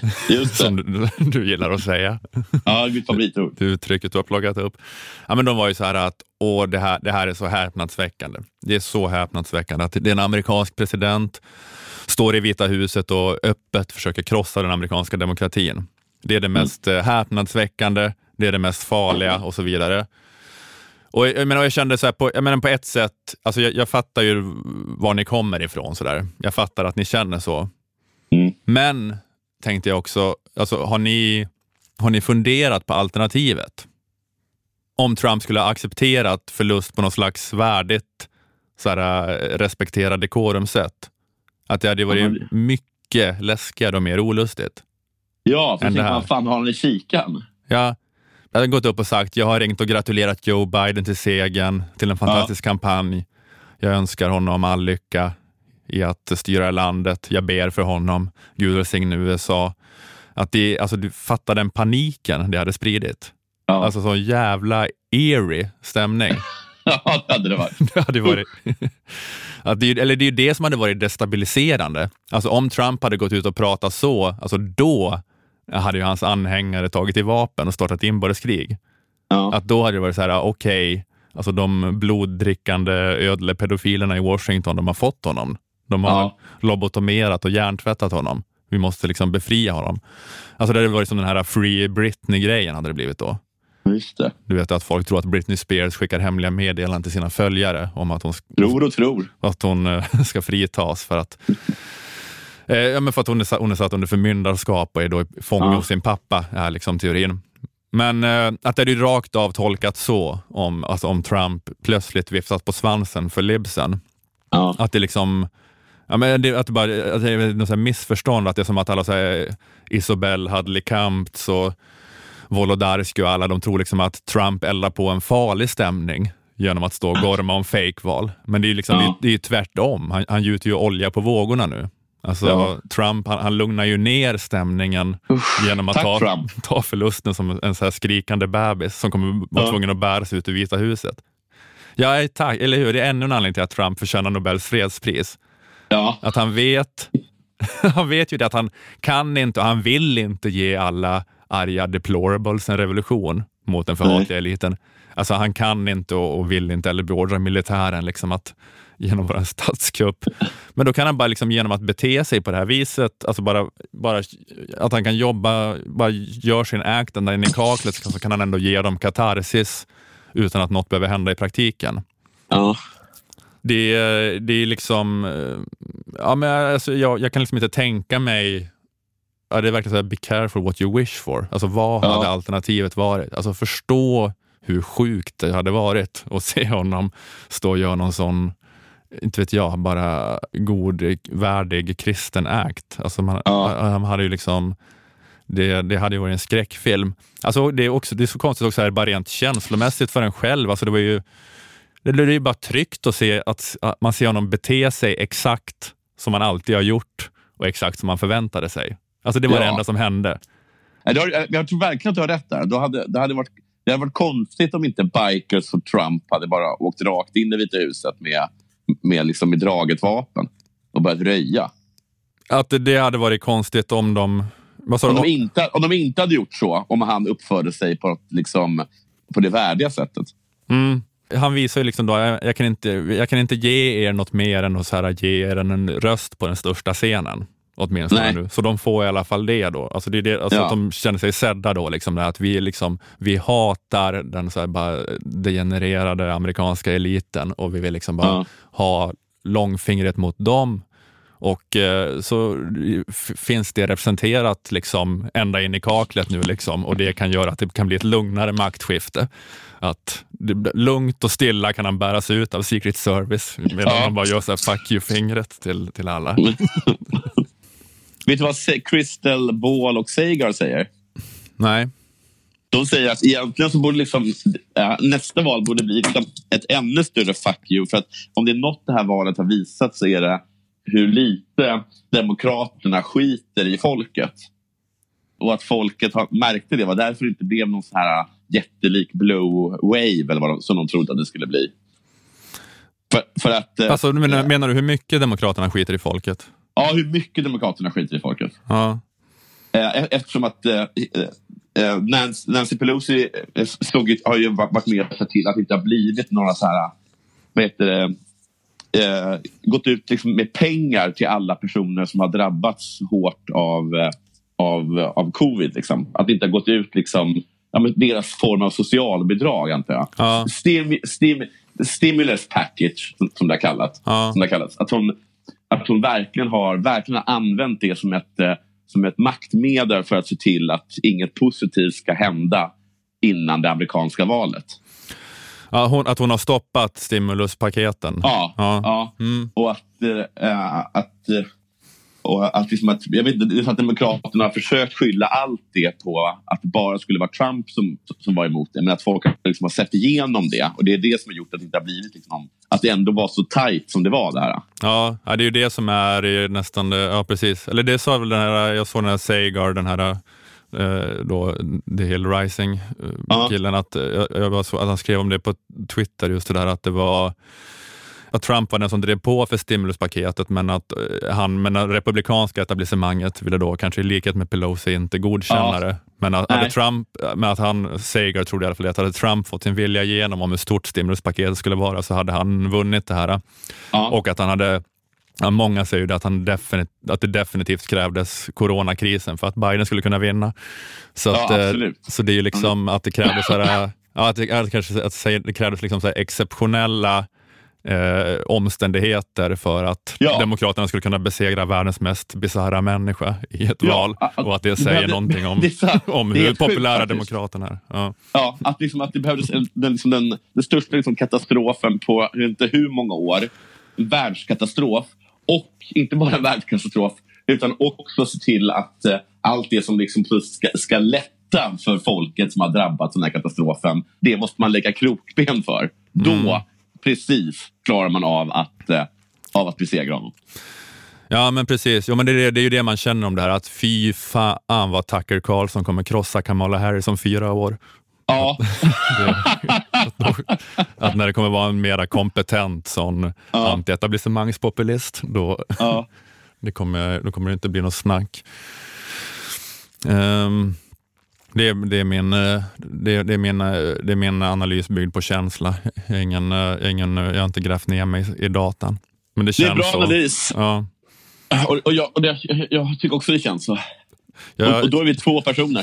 A: gillar att säga.
B: Ja, mitt favoritord.
A: Det uttrycket du har plockat upp. Ja, men de var ju så här att det här är så häpnadsväckande. Det är så häpnadsväckande att det är en amerikansk president står i Vita huset och öppet försöker krossa den amerikanska demokratin. Det är det mest häpnadsväckande, det är det mest farliga och så vidare. Och jag kände så här på ett sätt, alltså jag fattar ju var ni kommer ifrån så där. Jag fattar att ni känner så. Men tänkte jag också, alltså har ni funderat på alternativet? Om Trump skulle ha accepterat förlust på någon slags värdigt så här respekterad dekorumsätt, att det hade varit mycket läskigare och mer olustigt.
B: Ja, för tänk vad fan har han i kikan?
A: Ja, jag hade gått upp och sagt, jag har ringt och gratulerat Joe Biden till segern, till en fantastisk kampanj. Jag önskar honom all lycka i att styra landet. Jag ber för honom. Gud välsigne USA. Att du fattar den paniken det hade spridit. Ja. Alltså så jävla eerie stämning.
B: Ja, det hade det varit.
A: Det hade varit. Det är ju det som hade varit destabiliserande. Alltså om Trump hade gått ut och pratat så, alltså då hade ju hans anhängare tagit i vapen och startat inbördeskrig. Ja. Att då hade det varit så här, okej, alltså de bloddrickande ödlepedofilerna i Washington, de har fått honom. De har lobotomerat och hjärntvättat honom. Vi måste liksom befria honom. Alltså det hade varit som den här Free Britney-grejen hade det blivit då.
B: Just det.
A: Du vet att folk tror att Britney Spears skickar hemliga meddelanden till sina följare om att hon att hon ska fritas för att för att hon är satt under förmyndarskap och är då fånge hos sin pappa, är liksom teorin. Men att det är ju rakt av tolkat så om Trump plötsligt viftas på svansen för libsen. Ja. Att det liksom att det är något så här missförstånd, att det är som att alla så här, Isobel Hadley-Kamp och Wolodarski och alla, de tror liksom att Trump eldar på en farlig stämning genom att stå och gorma om fake-val. Men det är ju liksom, det är ju tvärtom. Han gjuter ju olja på vågorna nu. Alltså Trump, han lugnar ju ner stämningen genom att ta förlusten som en så här skrikande bebis som kommer vara tvungen att bära sig ut ur Vita huset. Ja, tack. Eller hur? Det är ännu en anledning till att Trump förtjänar Nobels fredspris. Ja. Att han vet ju det, att han kan inte och han vill inte ge alla arga deplorables en revolution mot den förhatliga eliten. Alltså han kan inte och vill inte eller beordra militären liksom att genomföra en statskupp. Men då kan han bara liksom genom att bete sig på det här viset, alltså bara att han kan jobba, bara gör sin act där inne i kaklet, så kan han ändå ge dem katarsis utan att något behöver hända i praktiken. Ja. Det är liksom... Ja, men alltså, jag kan liksom inte tänka mig... Ja, det är verkligen så här, be careful what you wish for. Alltså vad hade alternativet varit? Alltså förstå hur sjukt det hade varit att se honom stå och göra någon sån, inte vet jag, bara god, värdig kristen akt. Alltså han hade ju liksom... Det hade ju varit en skräckfilm. Alltså det är så konstigt också här, bara rent känslomässigt för en själv. Alltså det är ju bara tryggt att se att man ser honom bete sig exakt som man alltid har gjort och exakt som man förväntade sig. Alltså det var det enda som hände.
B: Jag tror verkligen att du har rätt där. Det hade varit konstigt om inte bikers och Trump hade bara åkt rakt in i Vita huset med draget vapen och börjat röja.
A: Att det hade varit konstigt om de...
B: Om de inte hade gjort så, om han uppförde sig på det värdiga sättet.
A: Han visar ju liksom då, jag kan inte ge er något mer än att så här, ge er en röst på den största scenen. Åtminstone nu. Så de får i alla fall det då. Alltså det är det, att de känner sig sedda då. Liksom, att vi hatar den så här, bara degenererade amerikanska eliten och vi vill liksom bara ha långfingret mot dem. Och så finns det representerat liksom ända in i kaklet nu liksom, och det kan göra att det kan bli ett lugnare maktskifte. Att det blir lugnt och stilla kan han bäras ut av Secret Service medan man bara gör så här fuck you-fingret till alla.
B: Vet du vad Crystal Ball och Sagar säger?
A: Nej.
B: De säger att egentligen så borde nästa val borde bli ett ännu större fuck you, för att om det är något det här valet har visat så är det hur lite demokraterna skiter i folket. Och att folket märkte det var därför det inte blev någon så här jättelik blue wave eller som de trodde att det skulle bli. För att,
A: alltså, menar du hur mycket demokraterna skiter i folket?
B: Ja, hur mycket demokraterna skiter i folket. Ja. Eftersom att Nancy Pelosi har ju varit med och sett till att det inte har blivit några så här, gått ut liksom med pengar till alla personer som har drabbats hårt av covid. Liksom. Att det inte har gått ut liksom, deras form av socialbidrag, antar jag. Ja. Stimulus package, som det har kallats. Ja. Som det har kallats. Att hon verkligen har använt det som ett maktmedel för att se till att inget positivt ska hända innan det amerikanska valet.
A: Ja, att hon har stoppat stimuluspaketen.
B: Ja. Mm. Och att liksom att jag vet inte, det är så att demokraterna har försökt skylla allt det på att det bara skulle vara Trump som var emot det, men att folk liksom har sett igenom det, och det är det som har gjort att det inte har blivit liksom, att det ändå var så tajt som det var där. Ja,
A: det är ju det som är nästan, ja precis. Eller det sa väl den här, jag såg den här Sagar, den här då The Hill Rising killen, att jag var så att han skrev om det på Twitter, just det där att det var att Trump var den som drev på för stimuluspaketet, men att det republikanska etablissemanget ville då kanske i likhet med Pelosi inte godkänna det. Men att hade Trump, med att han, Sagar trodde i alla fall att hade Trump fått sin vilja igenom om hur stort stimuluspaketet skulle vara, så hade han vunnit det här. Och att han hade, många säger ju att det definitivt krävdes coronakrisen för att Biden skulle kunna vinna. Så så det är ju liksom att det krävdes så här, att det krävdes liksom så här exceptionella omständigheter för att demokraterna skulle kunna besegra världens mest bizarra människa i ett val, och att det säger någonting om hur populära demokraterna är.
B: Ja, att det behövdes den största liksom katastrofen på inte hur många år, en världskatastrof, och inte bara en världskatastrof utan också se till att allt det som liksom ska lätta för folket som har drabbats av den här katastrofen, det måste man lägga krokben för. Då precis klarar man av att besegra honom.
A: Ja, men precis. Jo, men det är ju det man känner om det här, att fy fan vad Tucker Carlson kommer krossa Kamala Harris om 4 år. Ja. Att när det kommer vara en mera kompetent sån anti-etablissemangspopulist, då kommer det inte bli något snack. Det är min analys byggd på känsla. Jag har inte grävt ner mig i datan. Men det känns
B: så. Det är bra analys. Ja. Och jag tycker också det känns så. Och då är vi 2 personer.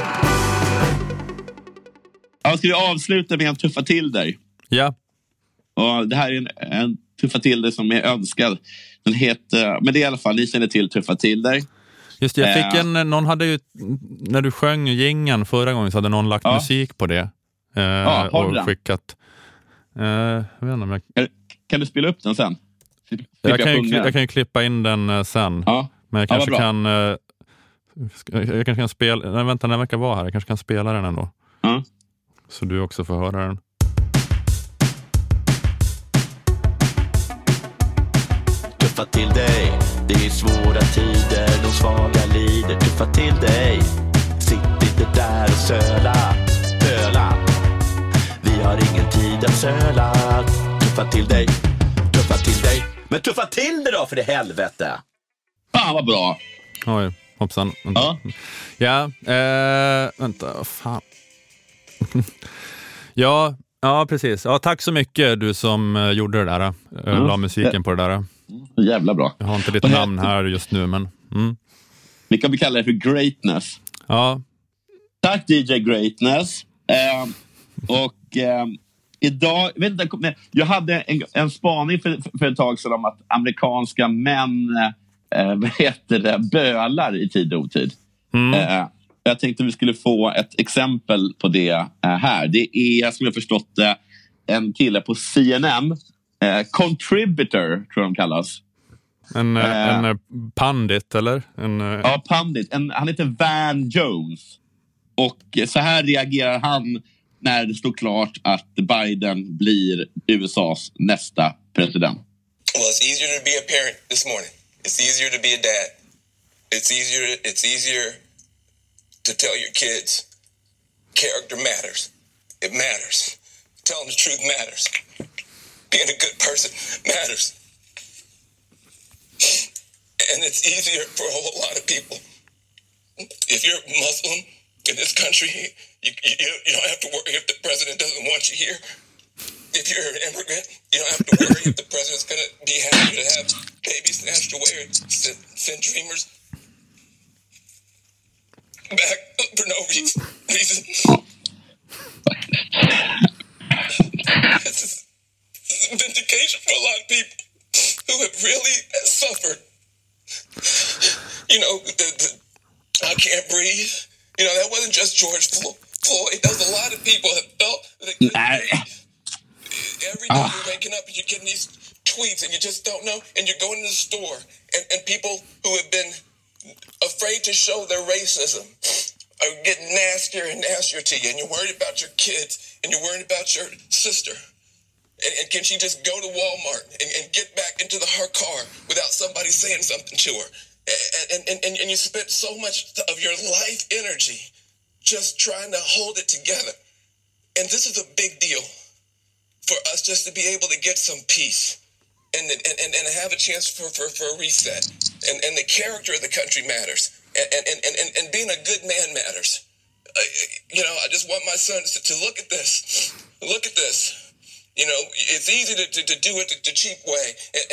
B: Ska vi avsluta med att tuffa till dig?
A: Ja.
B: Och det här är en Tuffa till dig som är önskad. Den heter, men det är i alla fall, ni känner till Tuffa till dig.
A: Just det, jag fick någon hade ju, när du sjöng jingeln förra gången så hade någon lagt musik på det. Och skickat. Jag vet inte om
B: kan du spela upp den sen?
A: Jag kan ju klippa in den sen.
B: Ja.
A: Men jag kanske kan jag kanske kan spela. Nej, vänta, den verkar vara här. Jag kanske kan spela den ändå. Så du också får höra den.
E: Tuffa till dig, det är svåra tider, de svaga lider. Tuffa till dig, sitt inte där och söla. Vi har ingen tid att söla. Tuffa till dig, men tuffa till det då för det helvete.
B: Fan vad bra.
A: Oj, hoppsan. Vänta. Ja, vänta, fan. Ja, precis. Ja, tack så mycket du som gjorde det där. La musiken på det där.
B: Jävla bra.
A: Jag har inte ditt namn här just nu, men...
B: Vi kan kalla det för Greatness.
A: Ja.
B: Tack DJ Greatness. Idag, jag hade en spaning för ett tag sedan om att amerikanska män bölar i tid och otid. Jag tänkte vi skulle få ett exempel på det här. Det är, som jag förstått det, en kille på CNN, contributor tror jag de kallas.
A: En pandit, eller?
B: Ja, pandit. Han heter Van Jones. Och så här reagerar han när det står klart att Biden blir USAs nästa president.
F: Well, it's easier to be a parent this morning. It's easier to be a dad. It's easier to tell your kids character matters. It matters. Telling the truth matters. Being a good person matters. And it's easier for a whole lot of people. If you're Muslim in this country, you don't have to worry if the president doesn't want you here. If you're an immigrant, you don't have to worry if the president's going to be happy to have babies snatched away or send dreamers back for no reason. This is vindication for a lot of people who have really suffered. You know, I can't breathe. You know, that wasn't just George Floyd. That was a lot of people that felt that every day you're waking up and you're getting these tweets and you just don't know. And you're going to the store and people who have been afraid to show their racism are getting nastier and nastier to you. And you're worried about your kids and you're worried about your sister. And can she just go to Walmart and get back into her car without somebody saying something to her? And you spent so much of your life energy just trying to hold it together. And this is a big deal for us just to be able to get some peace and have a chance for a reset. And the character of the country matters. And being a good man matters. You know, I just want my sons to look at this. Look at this. You know, it's easy to do it the cheap way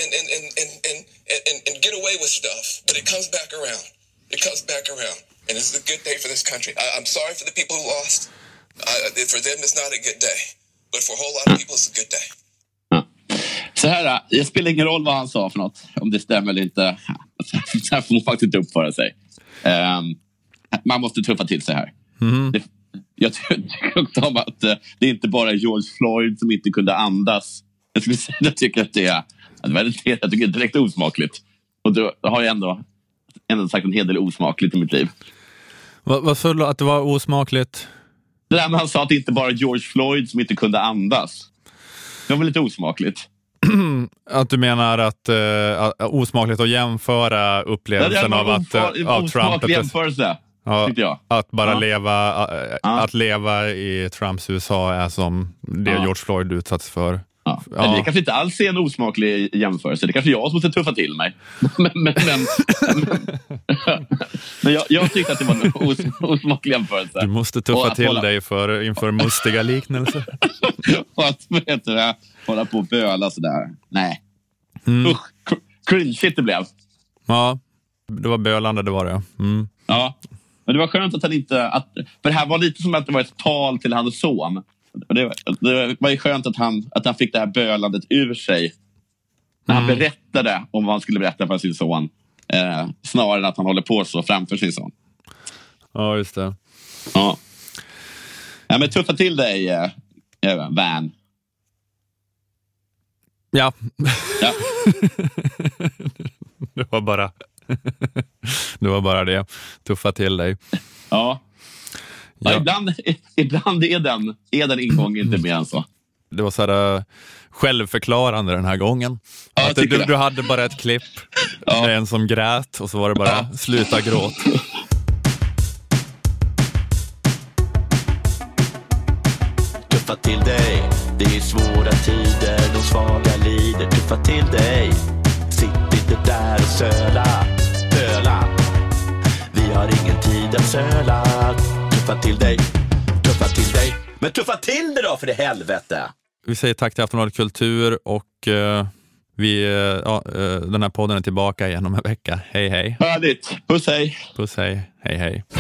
F: and get away with stuff, but it comes back around. It comes back around, and it's a good day for this country. I'm sorry for the people who lost. For them, it's not a good day, but for a whole lot of people, it's a good day.
B: Så här, det spelar ingen roll vad han sa för något, om det stämmer eller inte. Så här får man faktiskt inte uppföra sig. Man måste tuffa till sig här. Jag tycker också om att det är inte bara George Floyd som inte kunde andas. Jag tycker att det är direkt osmakligt. Och då har jag ändå sagt en hel del osmakligt i mitt liv.
A: Vad sa du att det var osmakligt?
B: Det där med han sa att det inte bara George Floyd som inte kunde andas. Det var väl lite osmakligt.
A: Att du menar att osmakligt att jämföra upplevelsen av att Trump
B: jämförelse.
A: Ja, att bara leva i Trumps USA är som det George Floyd utsatts för.
B: Ja. Ja. Det kanske inte alls är en osmaklig jämförelse. Det kanske jag som måste tuffa till mig. Men jag tyckte att det var en osmaklig jämförelse.
A: Du måste tuffa till dig inför mustiga liknelser.
B: Och att hålla på och böla sådär. Nej. Usch, cringe det blev.
A: Ja, det var bölande, det var det.
B: Ja. Men det var skönt att han inte... för det här var lite som att det var ett tal till hans son. det var ju skönt att han fick det här bölandet ur sig när han berättade om vad han skulle berätta för sin son, snarare än att han håller på så framför sin son.
A: Ja, just det.
B: Ja, men tuffa till dig, Van.
A: Ja.
B: Ja.
A: Det var bara det. Tuffa till dig.
B: Ja. Ibland är den ingången inte mer än så.
A: Det var så här självförklarande den här gången.
B: Ja,
A: att du hade bara ett klipp med en som grät och så var det bara sluta gråt.
E: Tuffa till dig, det är svåra tider, de svaga lider. Tuffa till dig, sitt inte där och söla. Vi har ingen tid att söla. Tuffa till dig, men tuffa till det då för det helvete.
A: Vi säger tack till Aftonbladet Kultur och den här podden är tillbaka igen om en vecka. Hej hej.
B: Härligt, puss hej.
A: Puss hej, hej hej.